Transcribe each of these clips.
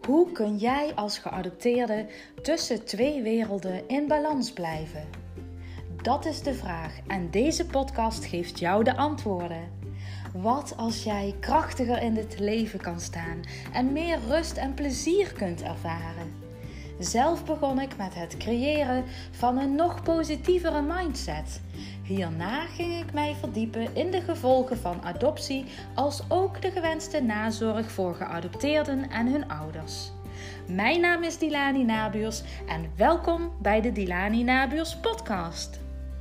Hoe kun jij als geadopteerde tussen twee werelden in balans blijven? Dat is de vraag en deze podcast geeft jou de antwoorden. Wat als jij krachtiger in dit leven kan staan en meer rust en plezier kunt ervaren? Zelf begon ik met het creëren van een nog positievere mindset. Hierna ging ik mij verdiepen in de gevolgen van adoptie, als ook de gewenste nazorg voor geadopteerden en hun ouders. Mijn naam is Dilani Nabuurs en welkom bij de Dilani Nabuurs podcast.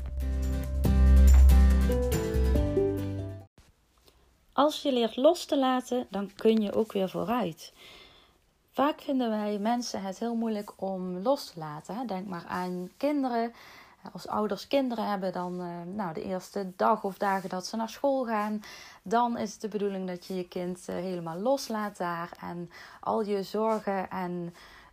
Als je leert los te laten, dan kun je ook weer vooruit. Vaak vinden wij mensen het heel moeilijk om los te laten. Denk maar aan kinderen. Als ouders kinderen hebben, dan de eerste dag of dagen dat ze naar school gaan, dan is het de bedoeling dat je je kind helemaal loslaat daar. En al je zorgen en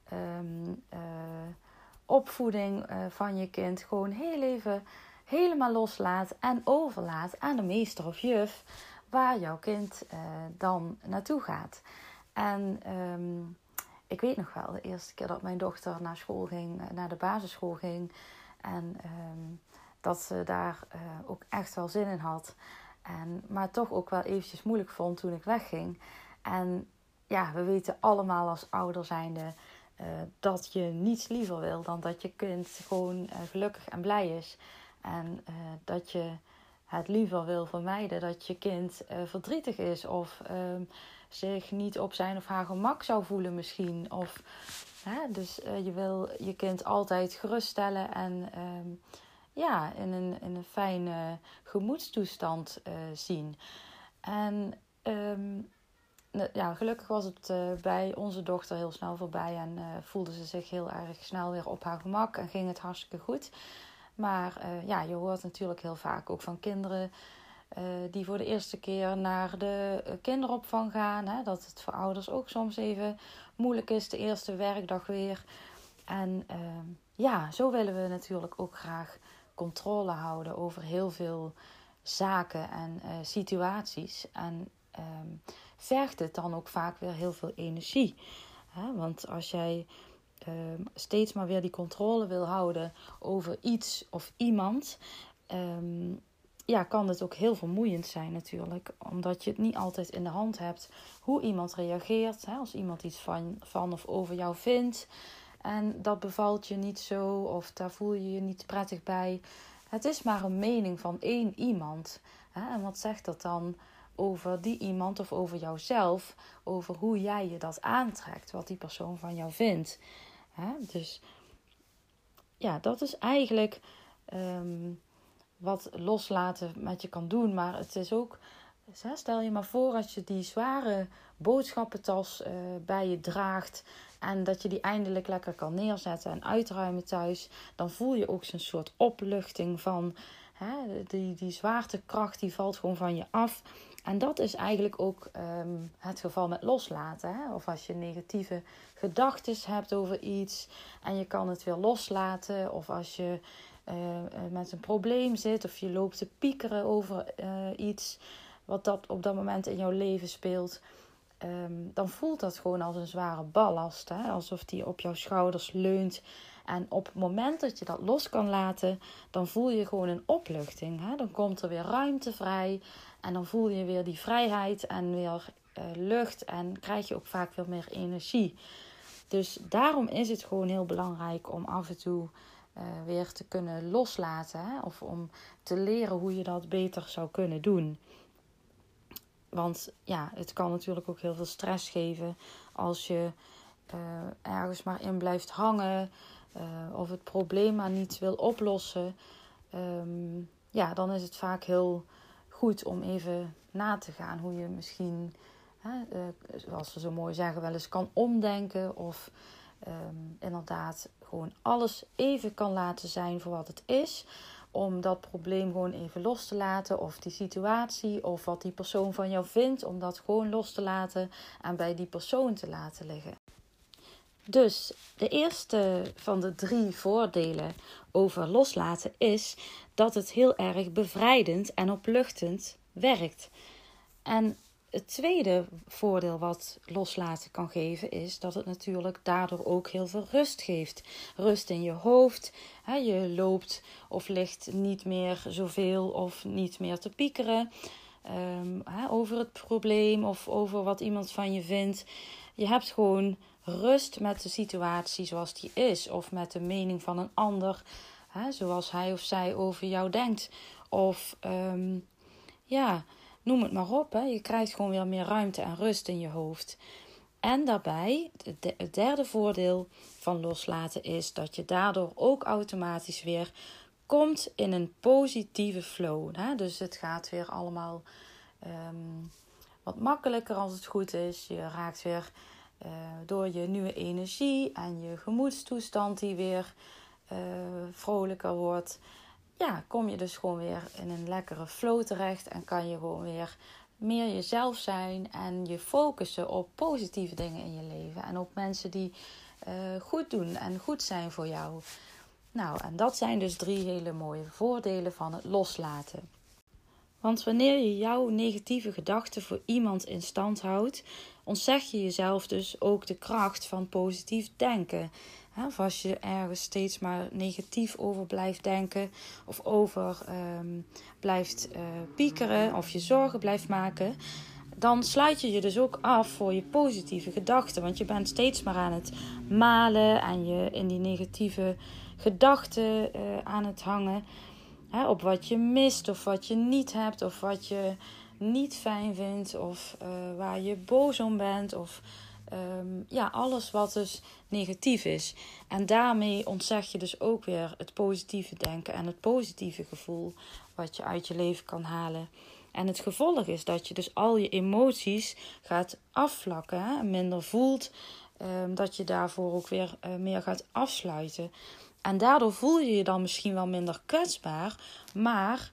opvoeding van je kind gewoon heel even helemaal loslaat en overlaat aan de meester of juf waar jouw kind dan naartoe gaat. En ik weet nog wel, de eerste keer dat mijn dochter naar school ging, naar de basisschool ging. En dat ze daar ook echt wel zin in had. Maar toch ook wel eventjes moeilijk vond toen ik wegging. En ja, we weten allemaal als ouder zijnde dat je niets liever wil dan dat je kind gewoon gelukkig en blij is. En dat je het liever wil vermijden dat je kind verdrietig is of zich niet op zijn of haar gemak zou voelen misschien. Dus je wil je kind altijd geruststellen en in een fijne gemoedstoestand zien. En gelukkig was het bij onze dochter heel snel voorbij en voelde ze zich heel erg snel weer op haar gemak en ging het hartstikke goed. Maar je hoort natuurlijk heel vaak ook van kinderen die voor de eerste keer naar de kinderopvang gaan. Dat het voor ouders ook soms even moeilijk is, de eerste werkdag weer. En zo willen we natuurlijk ook graag controle houden over heel veel zaken en situaties. En vergt het dan ook vaak weer heel veel energie. Want als jij steeds maar weer die controle wil houden over iets of iemand, kan het ook heel vermoeiend zijn natuurlijk. Omdat je het niet altijd in de hand hebt hoe iemand reageert. Als iemand iets van of over jou vindt en dat bevalt je niet zo of daar voel je je niet prettig bij. Het is maar een mening van één iemand. En wat zegt dat dan over die iemand of over jouzelf? Over hoe jij je dat aantrekt, wat die persoon van jou vindt. Dus ja, dat is eigenlijk wat loslaten met je kan doen. Maar het is ook, stel je maar voor als je die zware boodschappentas bij je draagt en dat je die eindelijk lekker kan neerzetten en uitruimen thuis. Dan voel je ook zo'n soort opluchting van die zwaartekracht die valt gewoon van je af. En dat is eigenlijk ook het geval met loslaten. Of als je negatieve gedachten hebt over iets en je kan het weer loslaten. Of als je met een probleem zit of je loopt te piekeren over iets wat dat op dat moment in jouw leven speelt. Dan voelt dat gewoon als een zware ballast. Alsof die op jouw schouders leunt. En op het moment dat je dat los kan laten, dan voel je gewoon een opluchting. Dan komt er weer ruimte vrij. En dan voel je weer die vrijheid en weer lucht. En krijg je ook vaak weer meer energie. Dus daarom is het gewoon heel belangrijk om af en toe weer te kunnen loslaten. Of om te leren hoe je dat beter zou kunnen doen. Want het kan natuurlijk ook heel veel stress geven als je ergens maar in blijft hangen. Of het probleem maar niet wil oplossen. Dan is het vaak heel goed om even na te gaan hoe je misschien, zoals ze zo mooi zeggen, wel eens kan omdenken. Of inderdaad gewoon alles even kan laten zijn voor wat het is. Om dat probleem gewoon even los te laten. Of die situatie of wat die persoon van jou vindt. Om dat gewoon los te laten en bij die persoon te laten liggen. Dus de eerste van de 3 voordelen over loslaten is dat het heel erg bevrijdend en opluchtend werkt. En het tweede voordeel wat loslaten kan geven is dat het natuurlijk daardoor ook heel veel rust geeft. Rust in je hoofd. Je loopt of ligt niet meer zoveel of niet meer te piekeren over het probleem of over wat iemand van je vindt. Je hebt gewoon rust met de situatie zoals die is of met de mening van een ander, zoals hij of zij over jou denkt. Of noem het maar op. Je krijgt gewoon weer meer ruimte en rust in je hoofd. En daarbij, het derde voordeel van loslaten is dat je daardoor ook automatisch weer komt in een positieve flow. Dus het gaat weer allemaal wat makkelijker als het goed is. Je raakt weer door je nieuwe energie en je gemoedstoestand die weer vrolijker wordt. Ja, kom je dus gewoon weer in een lekkere flow terecht en kan je gewoon weer meer jezelf zijn en je focussen op positieve dingen in je leven en op mensen die goed doen en goed zijn voor jou. Nou, en dat zijn dus 3 hele mooie voordelen van het loslaten. Want wanneer je jouw negatieve gedachten voor iemand in stand houdt, ontzeg je jezelf dus ook de kracht van positief denken. Of als je ergens steeds maar negatief over blijft denken of over blijft piekeren of je zorgen blijft maken, dan sluit je je dus ook af voor je positieve gedachten. Want je bent steeds maar aan het malen en je in die negatieve gedachten aan het hangen. Op wat je mist of wat je niet hebt of wat je niet fijn vindt of waar je boos om bent of alles wat dus negatief is. En daarmee ontzeg je dus ook weer het positieve denken en het positieve gevoel wat je uit je leven kan halen. En het gevolg is dat je dus al je emoties gaat afvlakken en minder voelt, dat je daarvoor ook weer meer gaat afsluiten. En daardoor voel je je dan misschien wel minder kwetsbaar, maar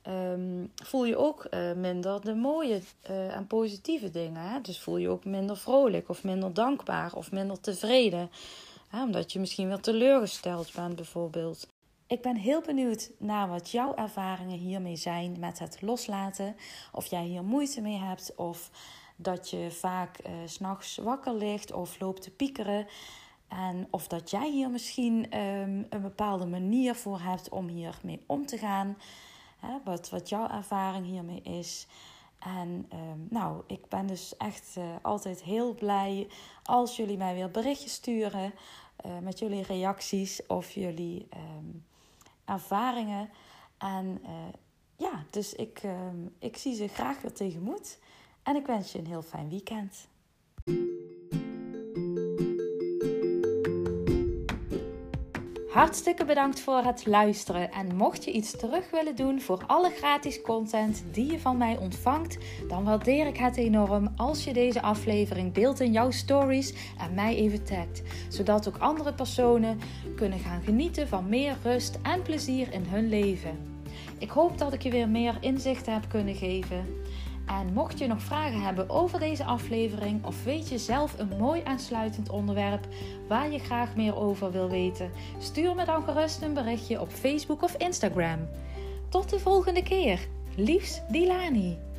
voel je ook minder de mooie en positieve dingen. Dus voel je ook minder vrolijk of minder dankbaar of minder tevreden. Omdat je misschien wel teleurgesteld bent bijvoorbeeld. Ik ben heel benieuwd naar wat jouw ervaringen hiermee zijn met het loslaten. Of jij hier moeite mee hebt of dat je vaak 's nachts wakker ligt of loopt te piekeren. En of dat jij hier misschien een bepaalde manier voor hebt om hiermee om te gaan. Wat jouw ervaring hiermee is. En ik ben dus echt altijd heel blij als jullie mij weer berichtjes sturen. Met jullie reacties of jullie ervaringen. En dus ik zie ze graag weer tegemoet. En ik wens je een heel fijn weekend. Hartstikke bedankt voor het luisteren en mocht je iets terug willen doen voor alle gratis content die je van mij ontvangt, dan waardeer ik het enorm als je deze aflevering deelt in jouw stories en mij even tagt, zodat ook andere personen kunnen gaan genieten van meer rust en plezier in hun leven. Ik hoop dat ik je weer meer inzicht heb kunnen geven. En mocht je nog vragen hebben over deze aflevering of weet je zelf een mooi aansluitend onderwerp waar je graag meer over wil weten, stuur me dan gerust een berichtje op Facebook of Instagram. Tot de volgende keer. Liefs, Dilani.